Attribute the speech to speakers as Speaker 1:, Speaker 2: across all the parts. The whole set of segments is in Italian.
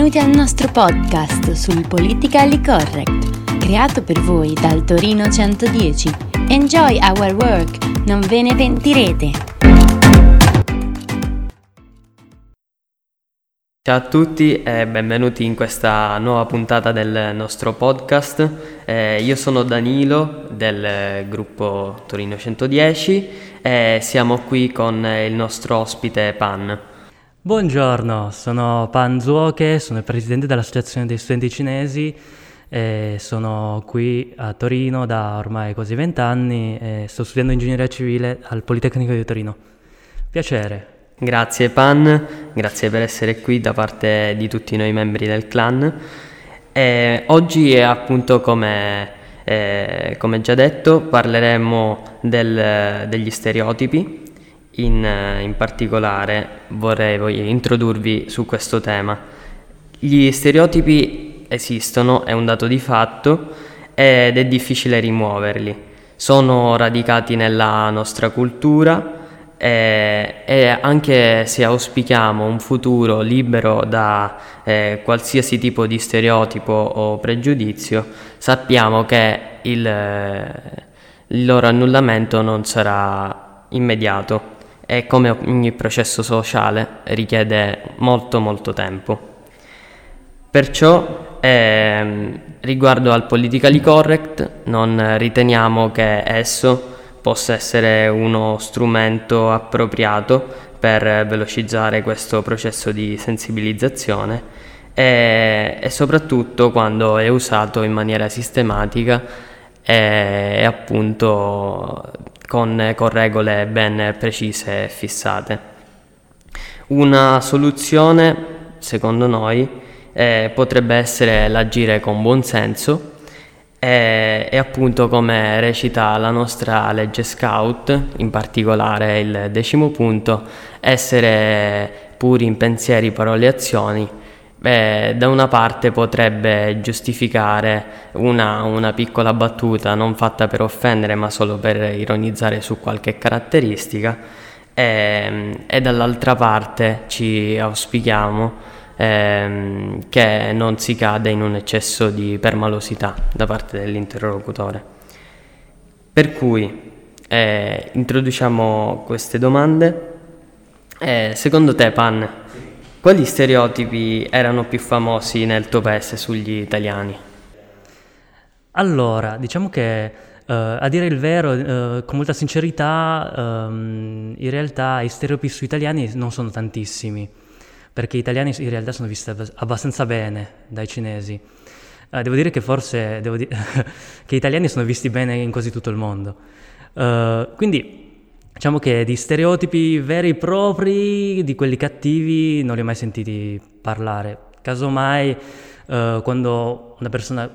Speaker 1: Benvenuti al nostro podcast sul Politically Correct, creato per voi dal Torino 110. Enjoy our work, non ve ne pentirete.
Speaker 2: Ciao a tutti e benvenuti in questa nuova puntata del nostro podcast. Io sono Danilo del gruppo Torino 110 e siamo qui con il nostro ospite Pan.
Speaker 3: Buongiorno, sono Pan Zuoche, sono il presidente dell'Associazione dei Studenti Cinesi e sono qui a Torino da ormai quasi 20 anni e sto studiando ingegneria civile al Politecnico di Torino. Piacere.
Speaker 2: Grazie Pan, grazie per essere qui da parte di tutti noi membri del clan. Oggi appunto come già detto parleremo degli stereotipi. In particolare vorrei introdurvi su questo tema. Gli stereotipi esistono, è un dato di fatto ed è difficile rimuoverli. Sono radicati nella nostra cultura e anche se auspichiamo un futuro libero da qualsiasi tipo di stereotipo o pregiudizio, sappiamo che il loro annullamento non sarà immediato. E come ogni processo sociale richiede molto tempo. Perciò riguardo al politically correct non riteniamo che esso possa essere uno strumento appropriato per velocizzare questo processo di sensibilizzazione e soprattutto quando è usato in maniera sistematica e appunto con regole ben precise e fissate. Una soluzione, secondo noi, potrebbe essere l'agire con buon senso e appunto come recita la nostra legge Scout, in particolare il 10° punto, essere puri in pensieri, parole e azioni. Da una parte potrebbe giustificare una piccola battuta non fatta per offendere ma solo per ironizzare su qualche caratteristica e dall'altra parte ci auspichiamo che non si cade in un eccesso di permalosità da parte dell'interlocutore. Per cui introduciamo queste domande. Secondo te, Pan, quali stereotipi erano più famosi nel tuo paese sugli italiani?
Speaker 3: Allora, diciamo che a dire il vero, con molta sincerità, in realtà i stereotipi sugli italiani non sono tantissimi, perché gli italiani in realtà sono visti abbastanza bene dai cinesi. Devo dire che che gli italiani sono visti bene in quasi tutto il mondo. Quindi diciamo che di stereotipi veri e propri, di quelli cattivi, non li ho mai sentiti parlare. Casomai, quando una persona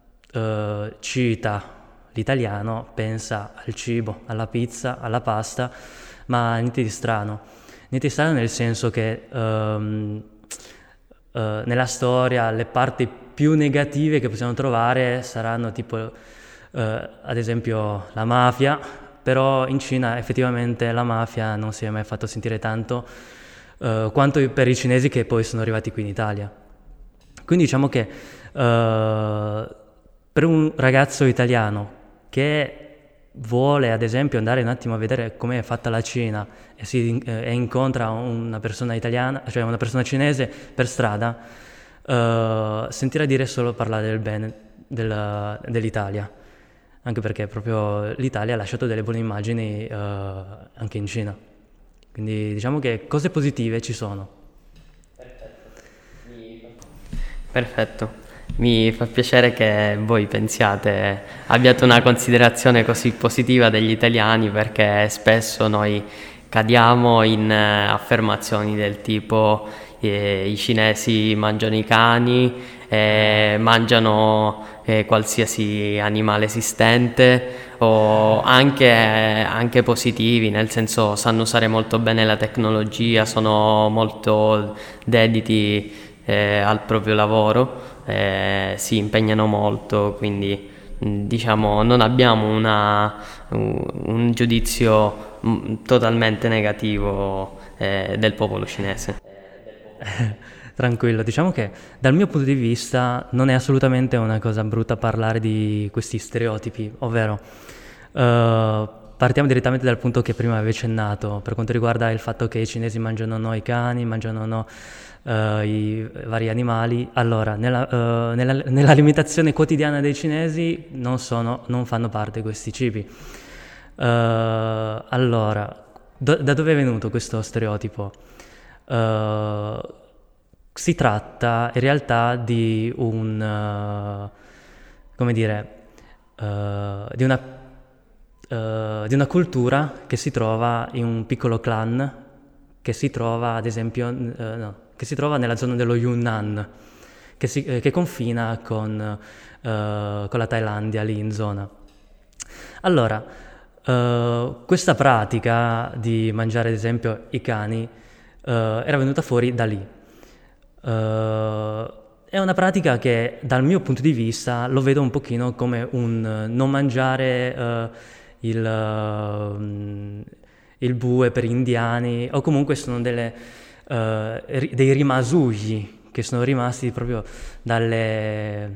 Speaker 3: cita l'italiano, pensa al cibo, alla pizza, alla pasta, ma niente di strano. Niente di strano nel senso che nella storia le parti più negative che possiamo trovare saranno tipo, ad esempio, la mafia. Però in Cina effettivamente la mafia non si è mai fatto sentire tanto quanto per i cinesi che poi sono arrivati qui in Italia. Quindi diciamo che per un ragazzo italiano che vuole ad esempio andare un attimo a vedere com'è fatta la Cina e incontra una persona italiana, cioè una persona cinese per strada, sentirà dire solo parlare del bene dell'Italia. Anche perché proprio l'Italia ha lasciato delle buone immagini anche in Cina. Quindi diciamo che cose positive ci sono.
Speaker 2: Perfetto. Mi fa piacere che voi abbiate una considerazione così positiva degli italiani, perché spesso noi cadiamo in affermazioni del tipo i cinesi mangiano i cani, mangiano qualsiasi animale esistente, o anche positivi, nel senso sanno usare molto bene la tecnologia, sono molto dediti al proprio lavoro, si impegnano molto, quindi diciamo non abbiamo un giudizio totalmente negativo del popolo cinese.
Speaker 3: Tranquillo, diciamo che dal mio punto di vista non è assolutamente una cosa brutta parlare di questi stereotipi, ovvero partiamo direttamente dal punto che prima avevi accennato, per quanto riguarda il fatto che i cinesi mangiano no i cani, mangiano no i vari animali. Allora, nell'alimentazione quotidiana dei cinesi non fanno parte questi cibi. Allora, da dove è venuto questo stereotipo? Si tratta in realtà di come dire, di una cultura che si trova in un piccolo clan che si trova ad esempio, che si trova nella zona dello Yunnan, che confina con la Thailandia lì in zona. Allora, questa pratica di mangiare ad esempio i cani era venuta fuori da lì. È una pratica che dal mio punto di vista lo vedo un pochino come un non mangiare il bue per gli indiani, o comunque sono dei rimasugli che sono rimasti proprio dalle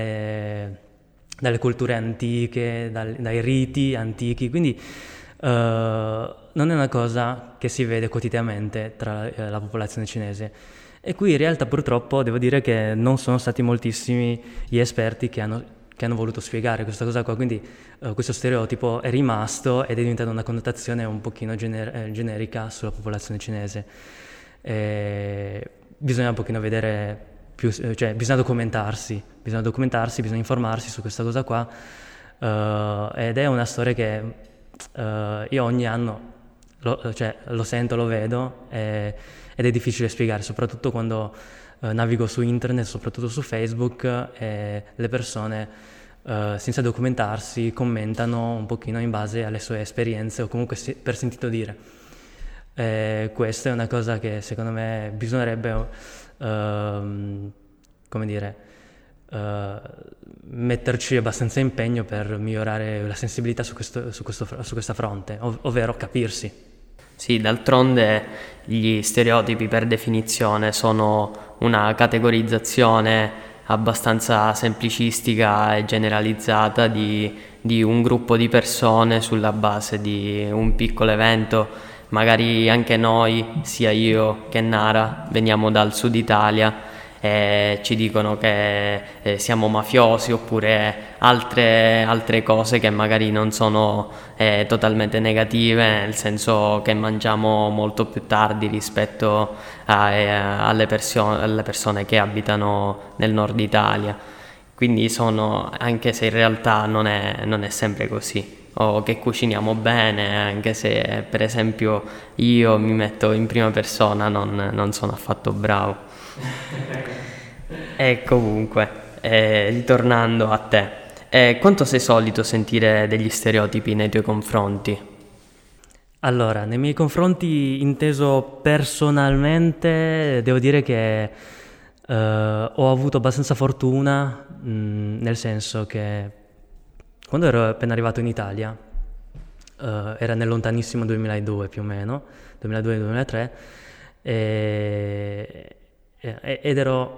Speaker 3: culture antiche, dai riti antichi, quindi non è una cosa che si vede quotidianamente tra la popolazione cinese. E qui in realtà purtroppo devo dire che non sono stati moltissimi gli esperti che hanno voluto spiegare questa cosa qua, quindi questo stereotipo è rimasto ed è diventata una connotazione un pochino generica sulla popolazione cinese. Bisogna un pochino vedere più, cioè bisogna documentarsi, bisogna informarsi su questa cosa qua, ed è una storia che io ogni anno lo sento, lo vedo, ed è difficile spiegare, soprattutto quando navigo su internet, soprattutto su Facebook, e le persone senza documentarsi commentano un pochino in base alle sue esperienze o comunque per sentito dire. Questa è una cosa che secondo me bisognerebbe come dire, metterci abbastanza impegno per migliorare la sensibilità su questa fronte, ovvero capirsi.
Speaker 2: Sì, d'altronde gli stereotipi per definizione sono una categorizzazione abbastanza semplicistica e generalizzata di un gruppo di persone sulla base di un piccolo evento. Magari anche noi, sia io che Nara, veniamo dal sud Italia e ci dicono che siamo mafiosi, oppure altre cose che magari non sono totalmente negative, nel senso che mangiamo molto più tardi rispetto alle persone che abitano nel nord Italia. Quindi anche se in realtà non è sempre così, o che cuciniamo bene, anche se per esempio io mi metto in prima persona, non sono affatto bravo. E comunque, ritornando a te, quanto sei solito sentire degli stereotipi nei tuoi confronti?
Speaker 3: Allora, nei miei confronti, inteso personalmente, devo dire che ho avuto abbastanza fortuna, nel senso che quando ero appena arrivato in Italia, era nel lontanissimo 2002 più o meno, 2002-2003, ed ero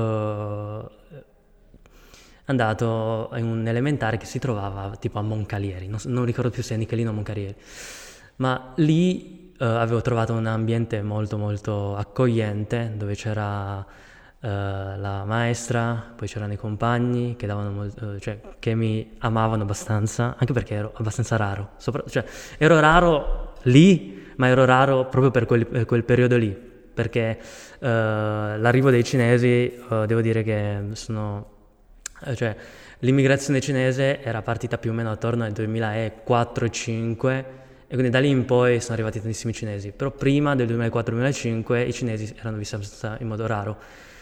Speaker 3: andato in un elementare che si trovava tipo a Moncalieri, non ricordo più se è Nichelino o Moncalieri, ma lì avevo trovato un ambiente molto molto accogliente, dove c'era la maestra, poi c'erano i compagni che che mi amavano abbastanza, anche perché ero abbastanza raro, ero raro lì, ma ero raro proprio per quel periodo lì, perché l'arrivo dei cinesi, devo dire che l'immigrazione cinese era partita più o meno attorno al 2004-2005, e quindi da lì in poi sono arrivati tantissimi cinesi, però prima del 2004-2005 i cinesi erano visti abbastanza in modo raro.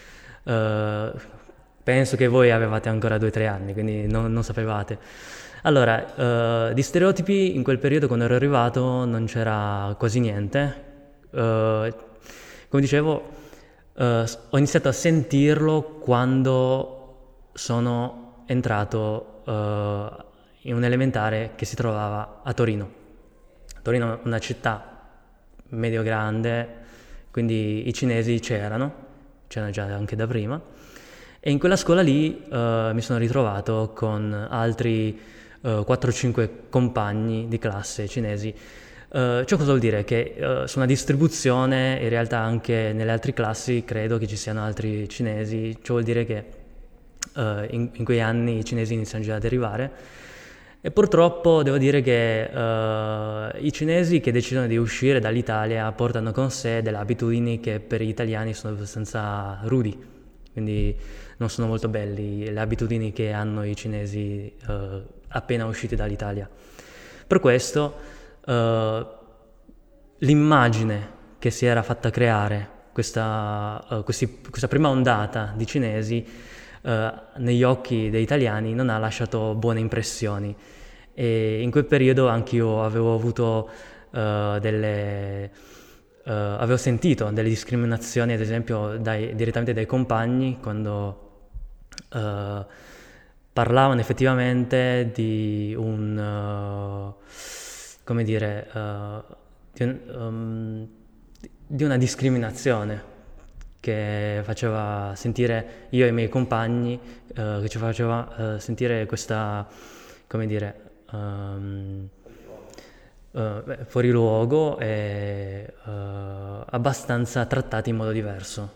Speaker 3: Penso che voi avevate ancora 2-3 anni, quindi non sapevate. Allora, di stereotipi in quel periodo, quando ero arrivato, non c'era quasi niente. Come dicevo, ho iniziato a sentirlo quando sono entrato in un elementare che si trovava a Torino. Torino è una città medio grande, quindi i cinesi c'erano, c'erano già anche da prima. E in quella scuola lì mi sono ritrovato con altri 4-5 compagni di classe cinesi. Ciò cosa vuol dire? Che su una distribuzione, in realtà anche nelle altre classi, credo che ci siano altri cinesi. Ciò vuol dire che in quei anni i cinesi iniziano già ad arrivare. E purtroppo devo dire che i cinesi che decidono di uscire dall'Italia portano con sé delle abitudini che per gli italiani sono abbastanza rudi, quindi non sono molto belli le abitudini che hanno i cinesi appena usciti dall'Italia. Per questo l'immagine che si era fatta creare questa prima ondata di cinesi negli occhi degli italiani non ha lasciato buone impressioni, e in quel periodo anch'io avevo avuto avevo sentito delle discriminazioni, ad esempio direttamente dai compagni, quando parlavano effettivamente di di una discriminazione che faceva sentire io e i miei compagni, che ci faceva sentire questa, fuori luogo e abbastanza trattati in modo diverso.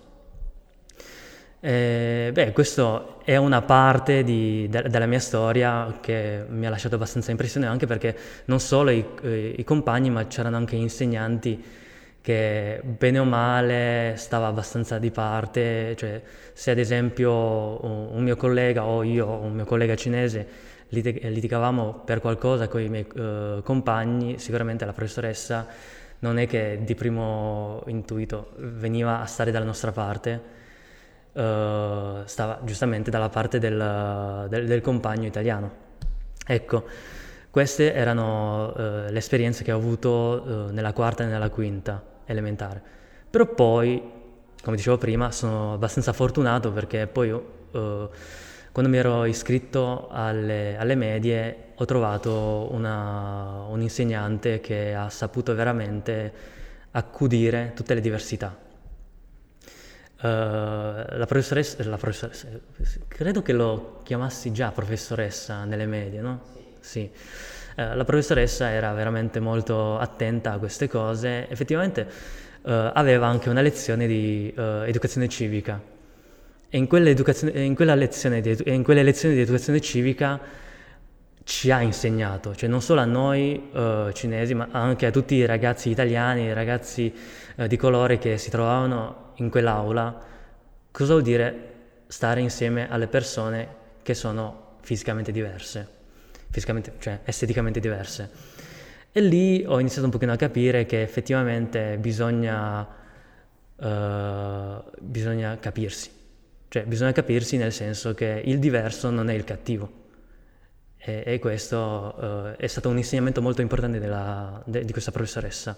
Speaker 3: Questo è una parte della mia storia che mi ha lasciato abbastanza impressione, anche perché non solo i compagni, ma c'erano anche gli insegnanti che bene o male stava abbastanza di parte. Cioè, se ad esempio un mio collega o io o un mio collega cinese litigavamo per qualcosa con i miei compagni, sicuramente la professoressa non è che di primo intuito veniva a stare dalla nostra parte, stava giustamente dalla parte del compagno italiano. Ecco, queste erano le esperienze che ho avuto nella quarta e nella quinta elementare. Però poi, come dicevo prima, sono abbastanza fortunato, perché poi quando mi ero iscritto alle medie ho trovato un insegnante che ha saputo veramente accudire tutte le diversità. La professoressa, credo che lo chiamassi già professoressa nelle medie, no? Sì. La professoressa era veramente molto attenta a queste cose. Effettivamente aveva anche una lezione di educazione civica, e in quelle lezioni di educazione civica ci ha insegnato, cioè non solo a noi cinesi, ma anche a tutti i ragazzi italiani, i ragazzi di colore che si trovavano in quell'aula, cosa vuol dire stare insieme alle persone che sono fisicamente diverse, cioè esteticamente diverse. E lì ho iniziato un pochino a capire che effettivamente bisogna capirsi, cioè bisogna capirsi nel senso che il diverso non è il cattivo. E questo è stato un insegnamento molto importante di questa professoressa.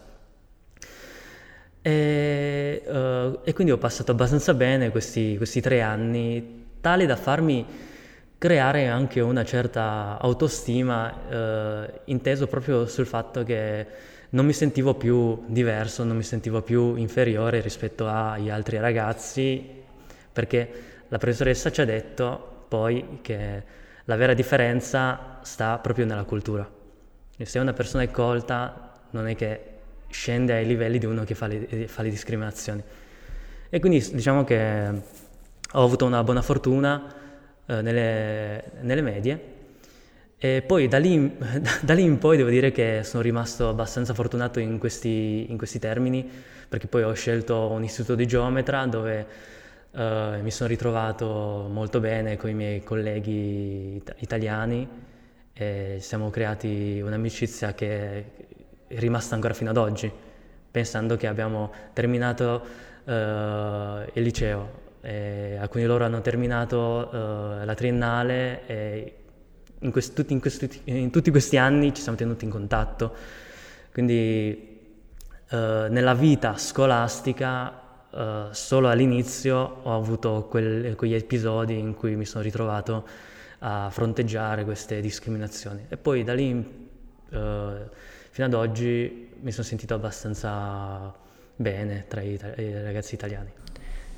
Speaker 3: E quindi ho passato abbastanza bene questi 3 anni, tale da farmi creare anche una certa autostima, inteso proprio sul fatto che non mi sentivo più diverso, non mi sentivo più inferiore rispetto agli altri ragazzi, perché la professoressa ci ha detto poi che la vera differenza sta proprio nella cultura. E se una persona è colta, non è che scende ai livelli di uno che fa le discriminazioni. E quindi diciamo che ho avuto una buona fortuna nelle medie, e poi da lì in poi devo dire che sono rimasto abbastanza fortunato in questi termini, perché poi ho scelto un istituto di geometra dove mi sono ritrovato molto bene con i miei colleghi italiani, e siamo creati un'amicizia che è rimasta ancora fino ad oggi, pensando che abbiamo terminato il liceo, e alcuni di loro hanno terminato la triennale, e in tutti questi anni ci siamo tenuti in contatto. Quindi nella vita scolastica solo all'inizio ho avuto quegli episodi in cui mi sono ritrovato a fronteggiare queste discriminazioni, e poi da lì fino ad oggi mi sono sentito abbastanza bene tra i ragazzi italiani.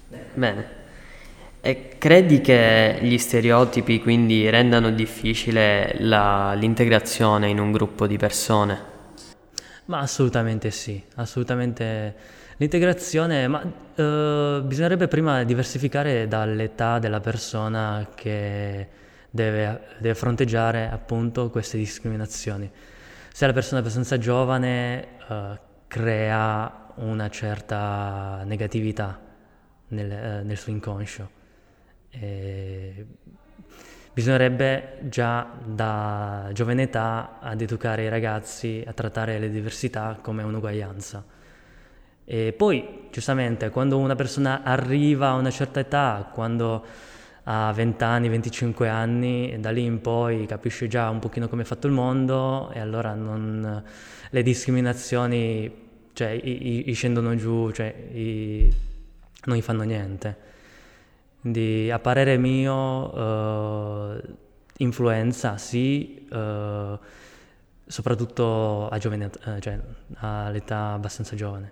Speaker 2: Bene. E credi che gli stereotipi quindi rendano difficile l'integrazione in un gruppo di persone?
Speaker 3: Ma assolutamente sì, assolutamente l'integrazione, ma bisognerebbe prima diversificare dall'età della persona che deve fronteggiare appunto queste discriminazioni. Se la persona è abbastanza giovane, crea una certa negatività nel suo inconscio. E bisognerebbe già da giovane età ad educare i ragazzi a trattare le diversità come un'uguaglianza. E poi, giustamente, quando una persona arriva a una certa età, quando ha 20 anni, 25 anni, da lì in poi capisce già un pochino come è fatto il mondo e allora le discriminazioni, cioè, i scendono giù, cioè, non gli fanno niente. Quindi a parere mio influenza sì, soprattutto cioè, all'età abbastanza giovane.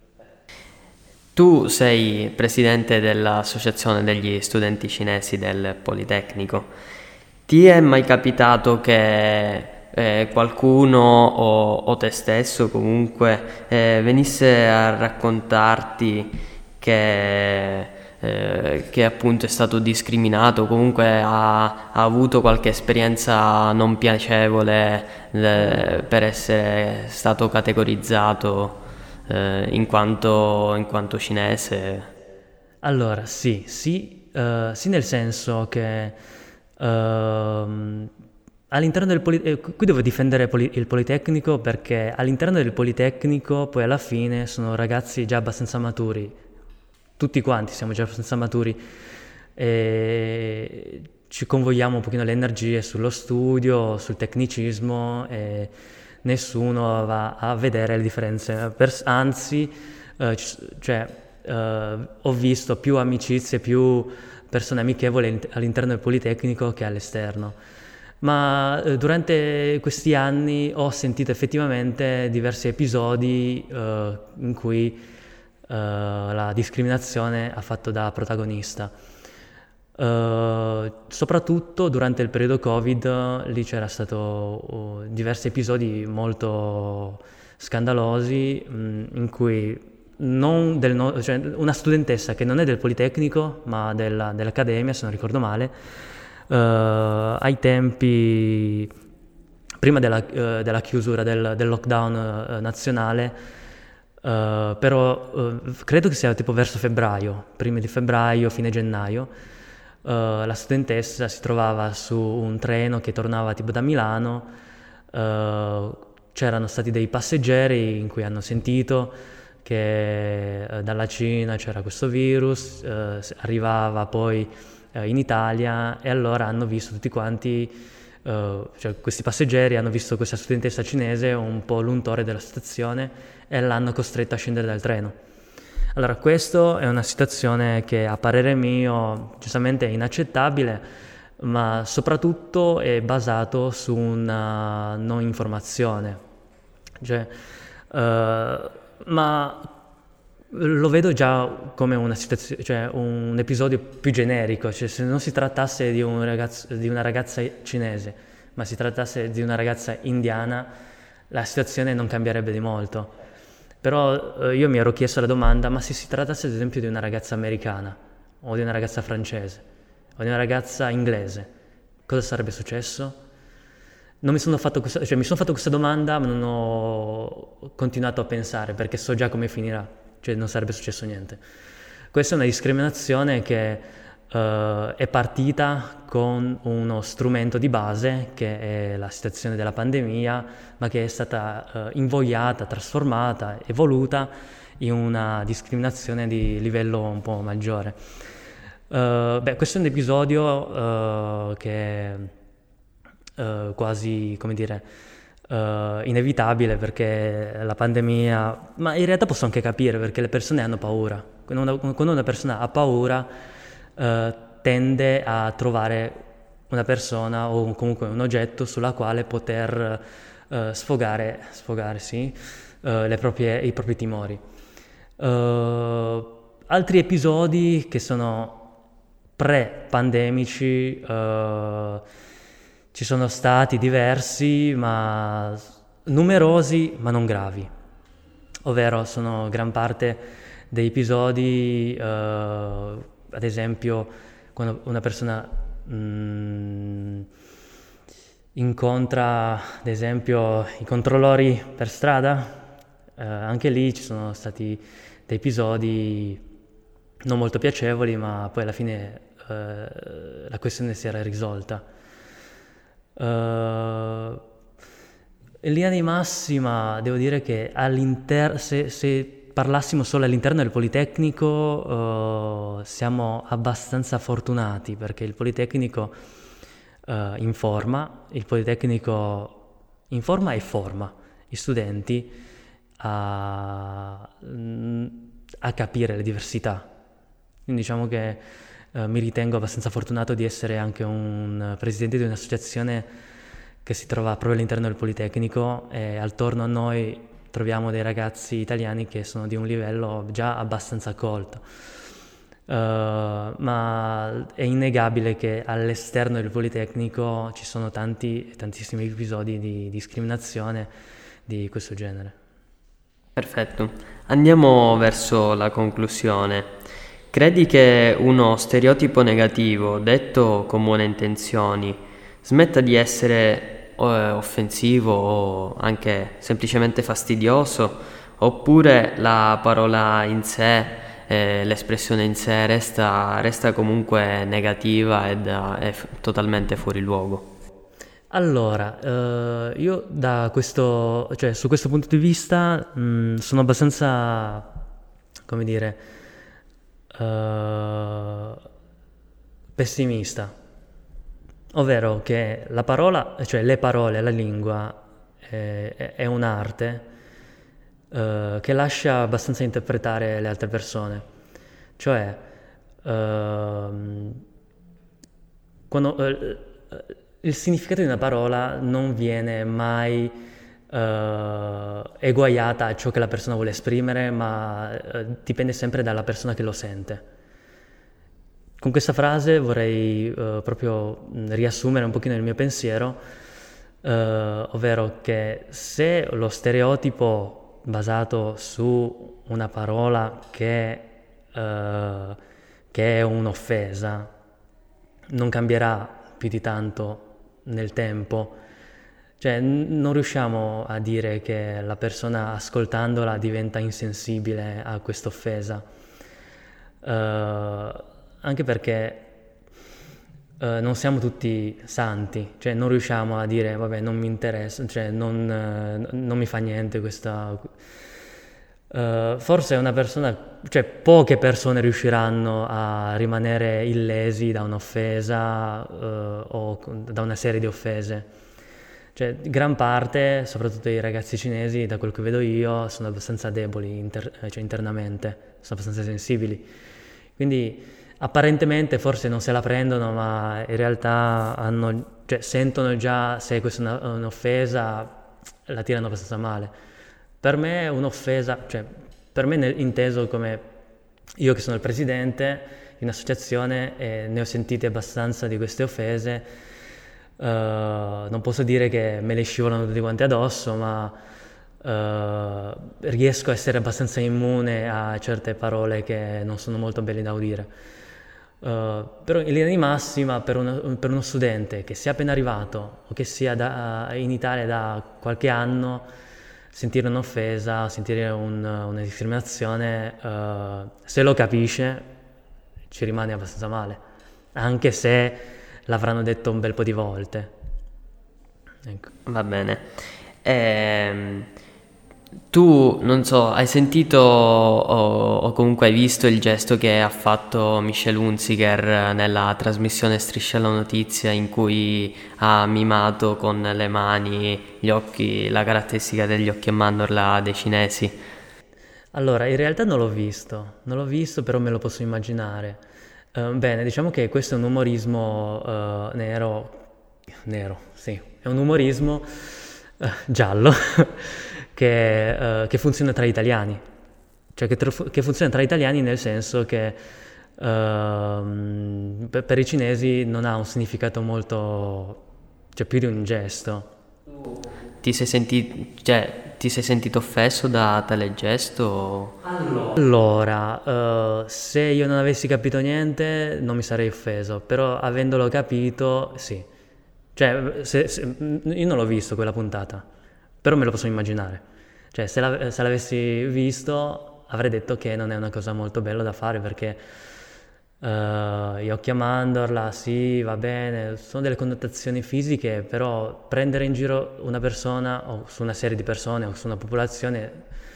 Speaker 2: Tu sei presidente dell'Associazione degli studenti cinesi del Politecnico. Ti è mai capitato che qualcuno o te stesso comunque venisse a raccontarti che appunto è stato discriminato, comunque ha avuto qualche esperienza non piacevole per essere stato categorizzato in quanto cinese?
Speaker 3: Allora, sì, sì nel senso che all'interno qui devo difendere il Politecnico perché all'interno del Politecnico poi alla fine sono ragazzi già abbastanza maturi, tutti quanti siamo già abbastanza maturi e ci convogliamo un pochino le energie sullo studio, sul tecnicismo e nessuno va a vedere le differenze, anzi ho visto più amicizie, più persone amichevoli all'interno del Politecnico che all'esterno. Ma durante questi anni ho sentito effettivamente diversi episodi in cui la discriminazione ha fatto da protagonista. Soprattutto durante il periodo Covid, lì c'era stato diversi episodi molto scandalosi in cui cioè una studentessa che non è del Politecnico ma dell'Accademia, se non ricordo male, ai tempi prima della chiusura del lockdown nazionale, però credo che sia tipo verso febbraio, primi di febbraio, fine gennaio, la studentessa si trovava su un treno che tornava tipo da Milano, c'erano stati dei passeggeri in cui hanno sentito che dalla Cina c'era questo virus, arrivava poi in Italia e allora hanno visto tutti quanti, cioè questi passeggeri hanno visto questa studentessa cinese un po' l'untore della situazione e l'hanno costretta a scendere dal treno. Allora, questa è una situazione che a parere mio giustamente è inaccettabile, ma soprattutto è basato su una non informazione. Cioè, ma lo vedo già come una situazione, cioè un episodio più generico, cioè se non si trattasse di una ragazza cinese, ma si trattasse di una ragazza indiana, la situazione non cambierebbe di molto. Però io mi ero chiesto la domanda, ma se si trattasse ad esempio di una ragazza americana, o di una ragazza francese, o di una ragazza inglese, cosa sarebbe successo? Non mi sono fatto questa, cioè mi sono fatto questa domanda, ma non ho continuato a pensare, perché so già come finirà, cioè non sarebbe successo niente. Questa è una discriminazione che è partita con uno strumento di base che è la situazione della pandemia, ma che è stata invogliata, trasformata, evoluta in una discriminazione di livello un po' maggiore. Questo è un episodio che è quasi, come dire, inevitabile perché la pandemia, ma in realtà posso anche capire perché le persone hanno paura. Quando una persona ha paura tende a trovare una persona o comunque un oggetto sulla quale poter sfogarsi i propri timori. altri episodi che sono pre-pandemici, ci sono stati diversi, ma numerosi, ma non gravi. Ovvero sono gran parte dei episodi, ad esempio, quando una persona incontra, ad esempio, i controllori per strada, anche lì ci sono stati dei episodi non molto piacevoli, ma poi alla fine la questione si era risolta. In linea di massima devo dire che se parlassimo solo all'interno del Politecnico, siamo abbastanza fortunati, perché il Politecnico informa e forma gli studenti a capire le diversità. Quindi diciamo che mi ritengo abbastanza fortunato di essere anche un presidente di un'associazione che si trova proprio all'interno del Politecnico, e attorno a noi troviamo dei ragazzi italiani che sono di un livello già abbastanza colto. Ma è innegabile che all'esterno del Politecnico ci sono tantissimi episodi di discriminazione di questo genere.
Speaker 2: Perfetto, andiamo verso la conclusione. Credi che uno stereotipo negativo, detto con buone intenzioni, smetta di essere offensivo o anche semplicemente fastidioso, oppure la parola in sé, l'espressione in sé resta comunque negativa ed è totalmente fuori luogo?
Speaker 3: Allora, io su questo punto di vista sono abbastanza, come dire, pessimista, ovvero che la parola, cioè le parole, la lingua è un'arte che lascia abbastanza interpretare le altre persone. Cioè quando il significato di una parola non viene mai eguagliata a ciò che la persona vuole esprimere, ma dipende sempre dalla persona che lo sente. Con questa frase vorrei proprio riassumere un pochino il mio pensiero, ovvero che se lo stereotipo basato su una parola che è un'offesa non cambierà più di tanto nel tempo, cioè non riusciamo a dire che la persona ascoltandola diventa insensibile a questa offesa, anche perché non siamo tutti santi, cioè non riusciamo a dire vabbè non mi interessa, cioè non mi fa niente questa. Forse una persona, cioè poche persone riusciranno a rimanere illesi da un'offesa o da una serie di offese. Cioè gran parte, soprattutto i ragazzi cinesi, da quel che vedo io, sono abbastanza deboli internamente, sono abbastanza sensibili. Quindi apparentemente forse non se la prendono, ma in realtà sentono già se questa è un'offesa, la tirano abbastanza male. Per me è un'offesa, cioè per me inteso come io che sono il presidente di un'associazione e ne ho sentite abbastanza di queste offese. Non posso dire che me le scivolano tutti quanti addosso, ma riesco a essere abbastanza immune a certe parole che non sono molto belle da udire. Però in linea di massima per uno studente che sia appena arrivato o che sia in Italia da qualche anno, sentire un'offesa, sentire una discriminazione, se lo capisce ci rimane abbastanza male, anche se l'avranno detto un bel po' di volte. Ecco.
Speaker 2: Va bene. Tu, non so, hai sentito o comunque hai visto il gesto che ha fatto Michel Hunziker nella trasmissione Striscia la Notizia, in cui ha mimato con le mani gli occhi, la caratteristica degli occhi a mandorla dei cinesi?
Speaker 3: Allora, in realtà non l'ho visto, però me lo posso immaginare. Bene, diciamo che questo è un umorismo nero, sì, è un umorismo giallo che funziona tra italiani. cioè che funziona tra italiani, nel senso che per i cinesi non ha un significato molto, cioè più di un gesto.
Speaker 2: Ti sei sentito offeso da tale gesto?
Speaker 3: Allora, se io non avessi capito niente non mi sarei offeso, però avendolo capito, sì. Cioè, io non l'ho visto quella puntata, però me lo posso immaginare. Cioè, se l'avessi visto avrei detto che non è una cosa molto bella da fare, perché io chiamandola, sì, va bene, sono delle connotazioni fisiche, però prendere in giro una persona o su una serie di persone o su una popolazione,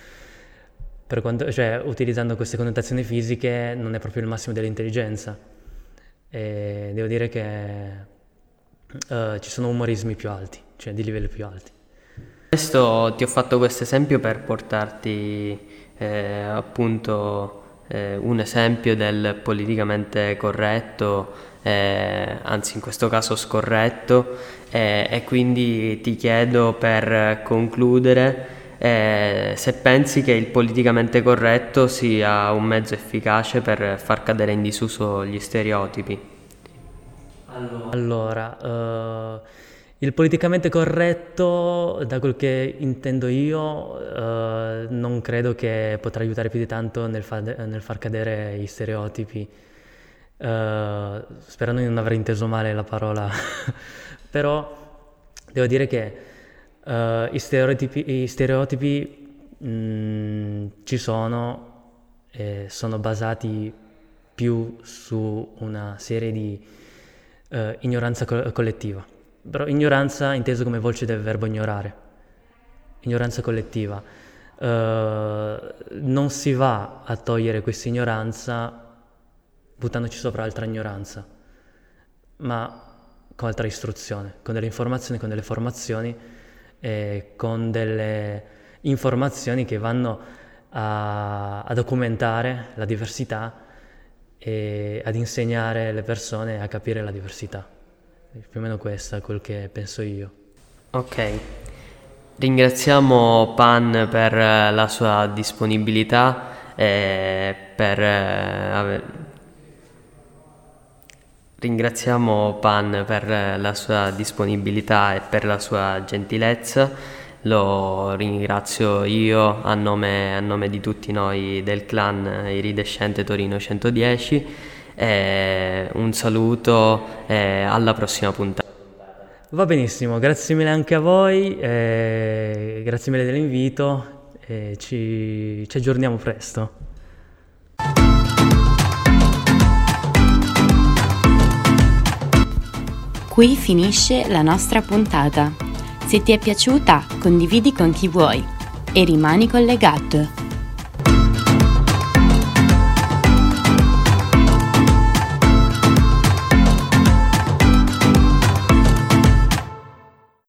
Speaker 3: cioè utilizzando queste connotazioni fisiche, non è proprio il massimo dell'intelligenza. E devo dire che ci sono umorismi più alti, cioè di livelli più alti.
Speaker 2: Ti ho fatto questo esempio per portarti appunto un esempio del politicamente corretto, anzi in questo caso scorretto, e quindi ti chiedo, per concludere, se pensi che il politicamente corretto sia un mezzo efficace per far cadere in disuso gli stereotipi.
Speaker 3: Allora, il politicamente corretto, da quel che intendo io, non credo che potrà aiutare più di tanto nel far cadere gli stereotipi. Sperando di non aver inteso male la parola, però devo dire che i stereotipi ci sono e sono basati più su una serie di ignoranza collettiva. Però ignoranza inteso come voce del verbo ignorare, ignoranza collettiva. Non si va a togliere questa ignoranza buttandoci sopra altra ignoranza, ma con altra istruzione, con delle informazioni, con delle formazioni e con delle informazioni che vanno a documentare la diversità e ad insegnare alle persone a capire la diversità. Più o meno questo è quel che penso io.
Speaker 2: Ok, ringraziamo Pan per la sua disponibilità e Ringraziamo Pan per la sua disponibilità e per la sua gentilezza. Lo ringrazio io a nome di tutti noi del clan Iridescente Torino 110. Un saluto e alla prossima puntata.
Speaker 3: Va benissimo, grazie mille anche a voi, grazie mille dell'invito e ci aggiorniamo presto.
Speaker 1: Qui finisce la nostra puntata. Se ti è piaciuta, condividi con chi vuoi e rimani collegato.